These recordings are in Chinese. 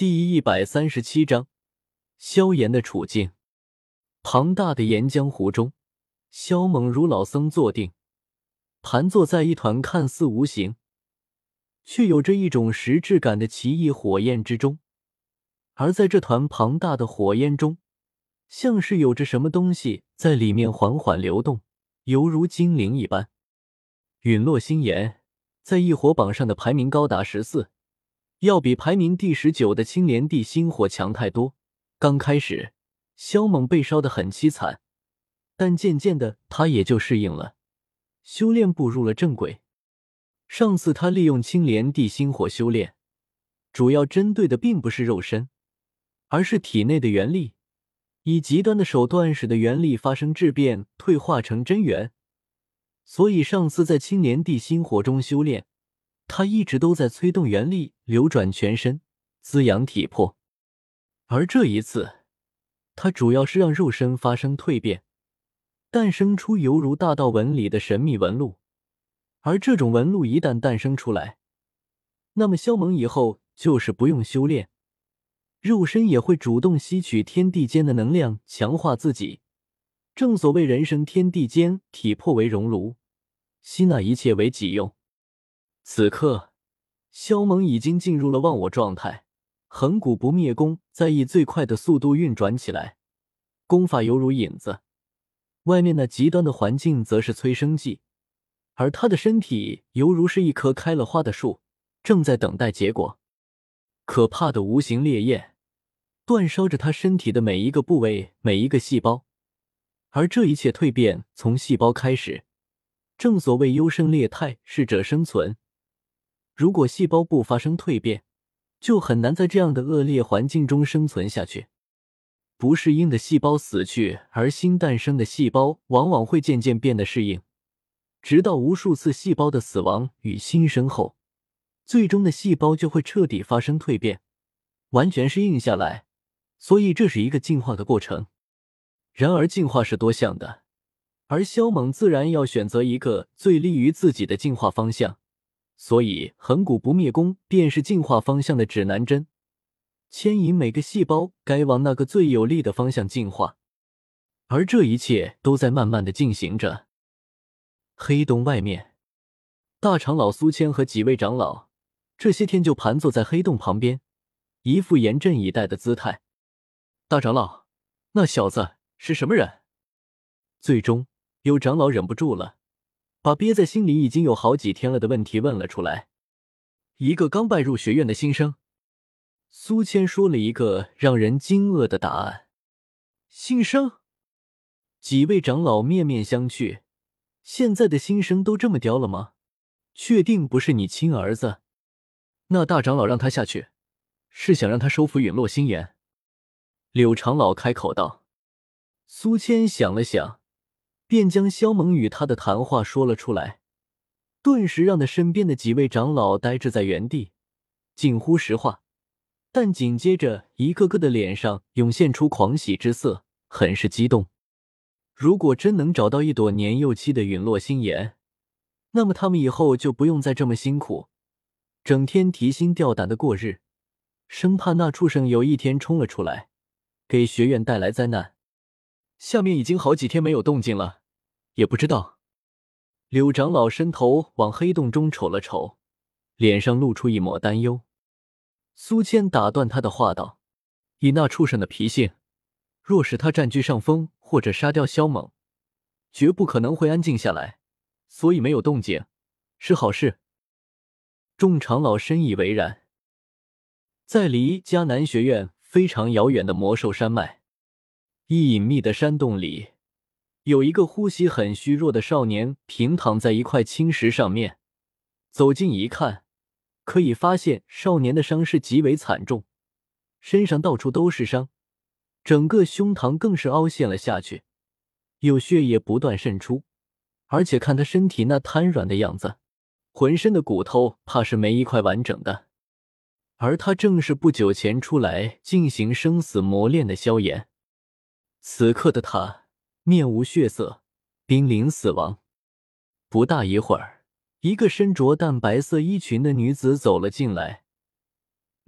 第137章萧炎的处境。庞大的岩浆湖中，萧猛如老僧坐定，盘坐在一团看似无形却有着一种实质感的奇异火焰之中。而在这团庞大的火焰中，像是有着什么东西在里面缓缓流动，犹如精灵一般。陨落星炎在异火榜上的排名高达14，要比排名第19的青莲地心火强太多。刚开始萧猛被烧得很凄惨，但渐渐的他也就适应了，修炼步入了正轨。上次他利用青莲地心火修炼，主要针对的并不是肉身，而是体内的元力，以极端的手段使得元力发生质变，退化成真元。所以上次在青莲地心火中修炼，他一直都在催动元力流转全身，滋养体魄。而这一次他主要是让肉身发生蜕变，诞生出犹如大道纹里的神秘纹路。而这种纹路一旦诞生出来，那么萧猛以后就是不用修炼，肉身也会主动吸取天地间的能量，强化自己。正所谓人生天地间，体魄为熔炉，吸纳一切为己用。此刻萧猛已经进入了忘我状态，恒古不灭功在以最快的速度运转起来，功法犹如影子，外面那极端的环境则是催生剂，而他的身体犹如是一棵开了花的树，正在等待结果。可怕的无形烈焰煅烧着他身体的每一个部位，每一个细胞，而这一切蜕变从细胞开始。正所谓优胜劣汰，适者生存。如果细胞不发生蜕变，就很难在这样的恶劣环境中生存下去。不适应的细胞死去，而新诞生的细胞往往会渐渐变得适应，直到无数次细胞的死亡与新生后，最终的细胞就会彻底发生蜕变，完全适应下来。所以这是一个进化的过程。然而进化是多项的，而萧猛自然要选择一个最利于自己的进化方向，所以恒古不灭功便是进化方向的指南针，牵引每个细胞该往那个最有利的方向进化。而这一切都在慢慢的进行着。黑洞外面，大长老苏谦和几位长老这些天就盘坐在黑洞旁边，一副严阵以待的姿态。大长老，那小子是什么人？最终有长老忍不住了，把憋在心里已经有好几天了的问题问了出来。一个刚拜入学院的新生。苏谦说了一个让人惊愕的答案。新生？几位长老面面相觑，现在的新生都这么刁了吗？确定不是你亲儿子？那大长老让他下去，是想让他收服陨落星炎。柳长老开口道。苏谦想了想，便将萧猛与他的谈话说了出来，顿时让他身边的几位长老呆滞在原地，近乎石化。但紧接着一个个的脸上涌现出狂喜之色，很是激动。如果真能找到一朵年幼期的陨落星炎，那么他们以后就不用再这么辛苦，整天提心吊胆的过日，生怕那畜生有一天冲了出来，给学院带来灾难。下面已经好几天没有动静了，也不知道。柳长老伸头往黑洞中瞅了瞅，脸上露出一抹担忧。苏谦打断他的话道，以那畜生的脾性，若是他占据上风或者杀掉萧猛，绝不可能会安静下来，所以没有动静是好事。众长老深以为然。在离迦南学院非常遥远的魔兽山脉，一隐秘的山洞里，有一个呼吸很虚弱的少年平躺在一块青石上面。走近一看，可以发现少年的伤势极为惨重，身上到处都是伤，整个胸膛更是凹陷了下去，有血液不断渗出，而且看他身体那瘫软的样子，浑身的骨头怕是没一块完整的。而他正是不久前出来进行生死磨练的萧炎。此刻的他面无血色，濒临死亡。不大一会儿，一个身着淡白色衣裙的女子走了进来，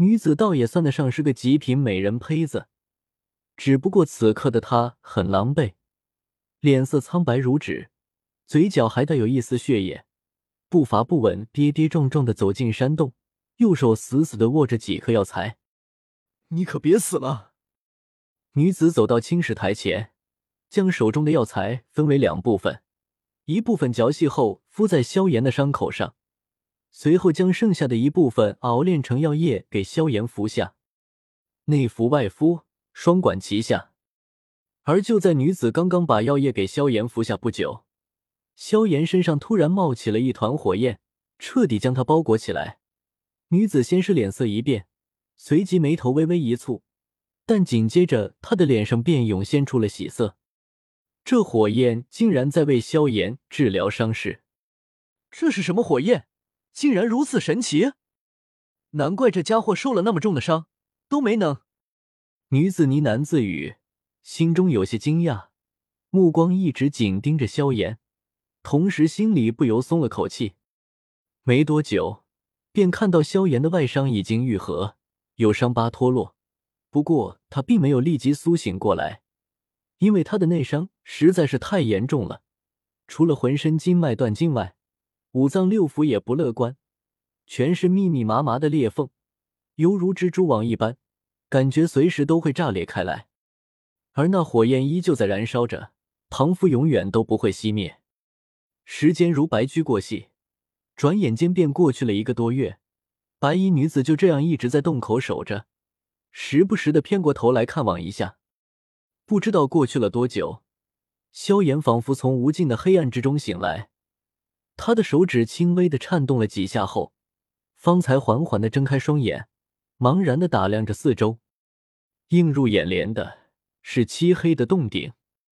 女子倒也算得上是个极品美人胚子，只不过此刻的她很狼狈，脸色苍白如纸，嘴角还带有一丝血液，步伐不稳，跌跌撞撞地走进山洞，右手死死地握着几颗药材。 你可别死了！ 女子走到青石台前，将手中的药材分为两部分，一部分嚼细后敷在萧炎的伤口上，随后将剩下的一部分熬炼成药液给萧炎服下，内服外敷，双管齐下。而就在女子刚刚把药液给萧炎服下不久，萧炎身上突然冒起了一团火焰，彻底将他包裹起来。女子先是脸色一变，随即眉头微微一蹙，但紧接着她的脸上便涌现出了喜色。这火焰竟然在为萧炎治疗伤势。 这是什么火焰？竟然如此神奇！难怪这家伙受了那么重的伤，都没能…… 女子呢喃自语，心中有些惊讶，目光一直紧盯着萧炎，同时心里不由松了口气。没多久，便看到萧炎的外伤已经愈合，有伤疤脱落，不过他并没有立即苏醒过来，因为他的内伤实在是太严重了，除了浑身经脉断尽外，五脏六腑也不乐观，全是密密麻麻的裂缝，犹如蜘蛛网一般，感觉随时都会炸裂开来。而那火焰依旧在燃烧着，仿佛永远都不会熄灭。时间如白驹过隙，转眼间便过去了1个多月，白衣女子就这样一直在洞口守着，时不时地偏过头来看望一下。不知道过去了多久，萧炎仿佛从无尽的黑暗之中醒来，他的手指轻微地颤动了几下后，方才缓缓地睁开双眼，茫然地打量着四周。映入眼帘的是漆黑的洞顶。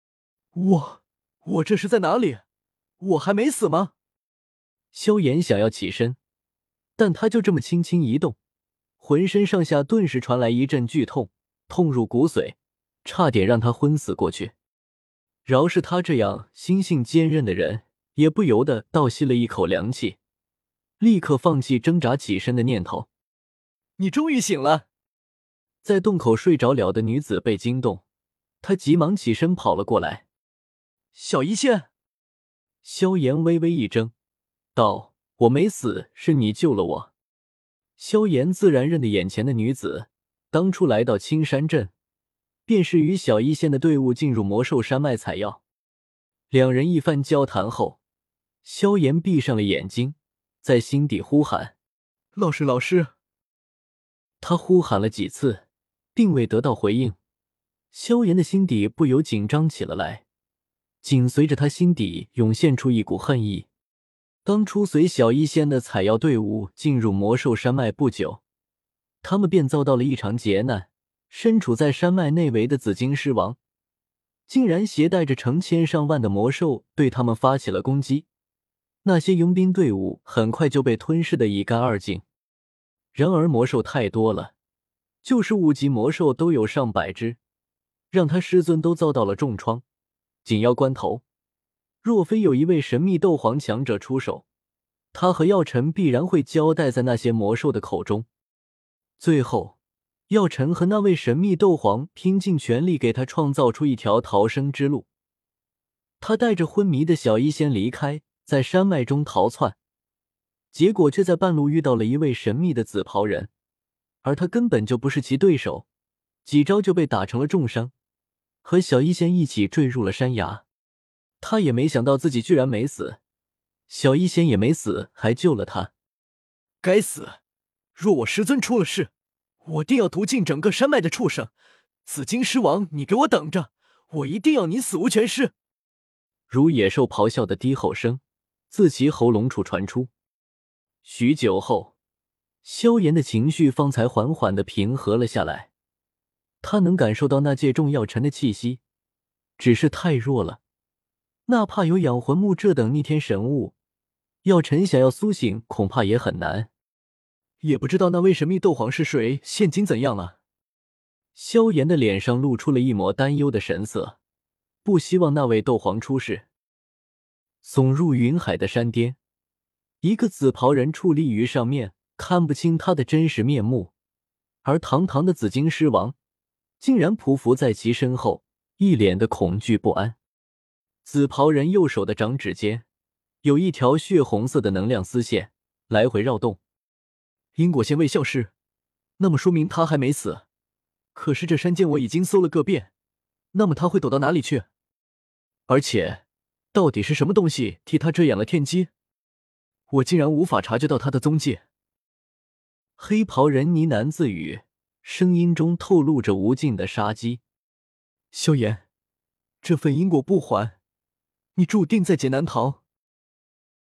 我这是在哪里？我还没死吗？ 萧炎想要起身，但他就这么轻轻一动，浑身上下顿时传来一阵剧痛，痛入骨髓，差点让他昏死过去。饶是他这样心性坚韧的人，也不由得倒吸了一口凉气，立刻放弃挣扎起身的念头。 你终于醒了！ 在洞口睡着了的女子被惊动，她急忙起身跑了过来。 小医仙！ 萧炎微微一怔，道：“我没死，是你救了我。”萧炎自然认得眼前的女子，当初来到青山镇，便是与小医仙的队伍进入魔兽山脉采药。两人一番交谈后，萧炎闭上了眼睛，在心底呼喊：“ 老师，老师！” 他呼喊了几次，并未得到回应，萧炎的心底不由紧张起了来。紧随着他心底涌现出一股恨意。当初随小医仙的采药队伍进入魔兽山脉不久，他们便遭到了一场劫难，身处在山脉内围的紫金狮王竟然携带着成千上万的魔兽对他们发起了攻击，那些佣兵队伍很快就被吞噬得一干二净。然而魔兽太多了，就是5级魔兽都有上百只，让他师尊都遭到了重创。紧要关头，若非有一位神秘斗皇强者出手，他和药尘必然会交代在那些魔兽的口中。最后，药尘和那位神秘斗皇拼尽全力给他创造出一条逃生之路。他带着昏迷的小医仙离开，在山脉中逃窜，结果却在半路遇到了一位神秘的紫袍人，而他根本就不是其对手，几招就被打成了重伤，和小医仙一起坠入了山崖。他也没想到自己居然没死，小医仙也没死，还救了他。 该死！若我师尊出了事，我定要毒尽整个山脉的畜生！紫金狮王，你给我等着！我一定要你死无全尸！ 如野兽咆哮的低吼声自其喉咙处传出。许久后，萧炎的情绪方才缓缓地平和了下来。他能感受到那界中药尘的气息，只是太弱了，哪怕有养魂木这等逆天神物，药尘想要苏醒恐怕也很难。 也不知道那位神秘斗皇是谁，现今怎样了？ 萧炎的脸上露出了一抹担忧的神色，不希望那位斗皇出事。耸入云海的山巅，一个紫袍人矗立于上面，看不清他的真实面目， 而堂堂的紫金狮王竟然匍匐在其身后，一脸的恐惧不安。紫袍人右手的掌指间有一条血红色的能量丝线来回绕动。 因果线未消失，那么说明他还没死。可是这山间我已经搜了个遍，那么他会躲到哪里去？而且，到底是什么东西替他遮掩了天机？我竟然无法察觉到他的踪迹。 黑袍人呢喃自语，声音中透露着无尽的杀机。 萧炎，这份因果不还，你注定在劫难逃。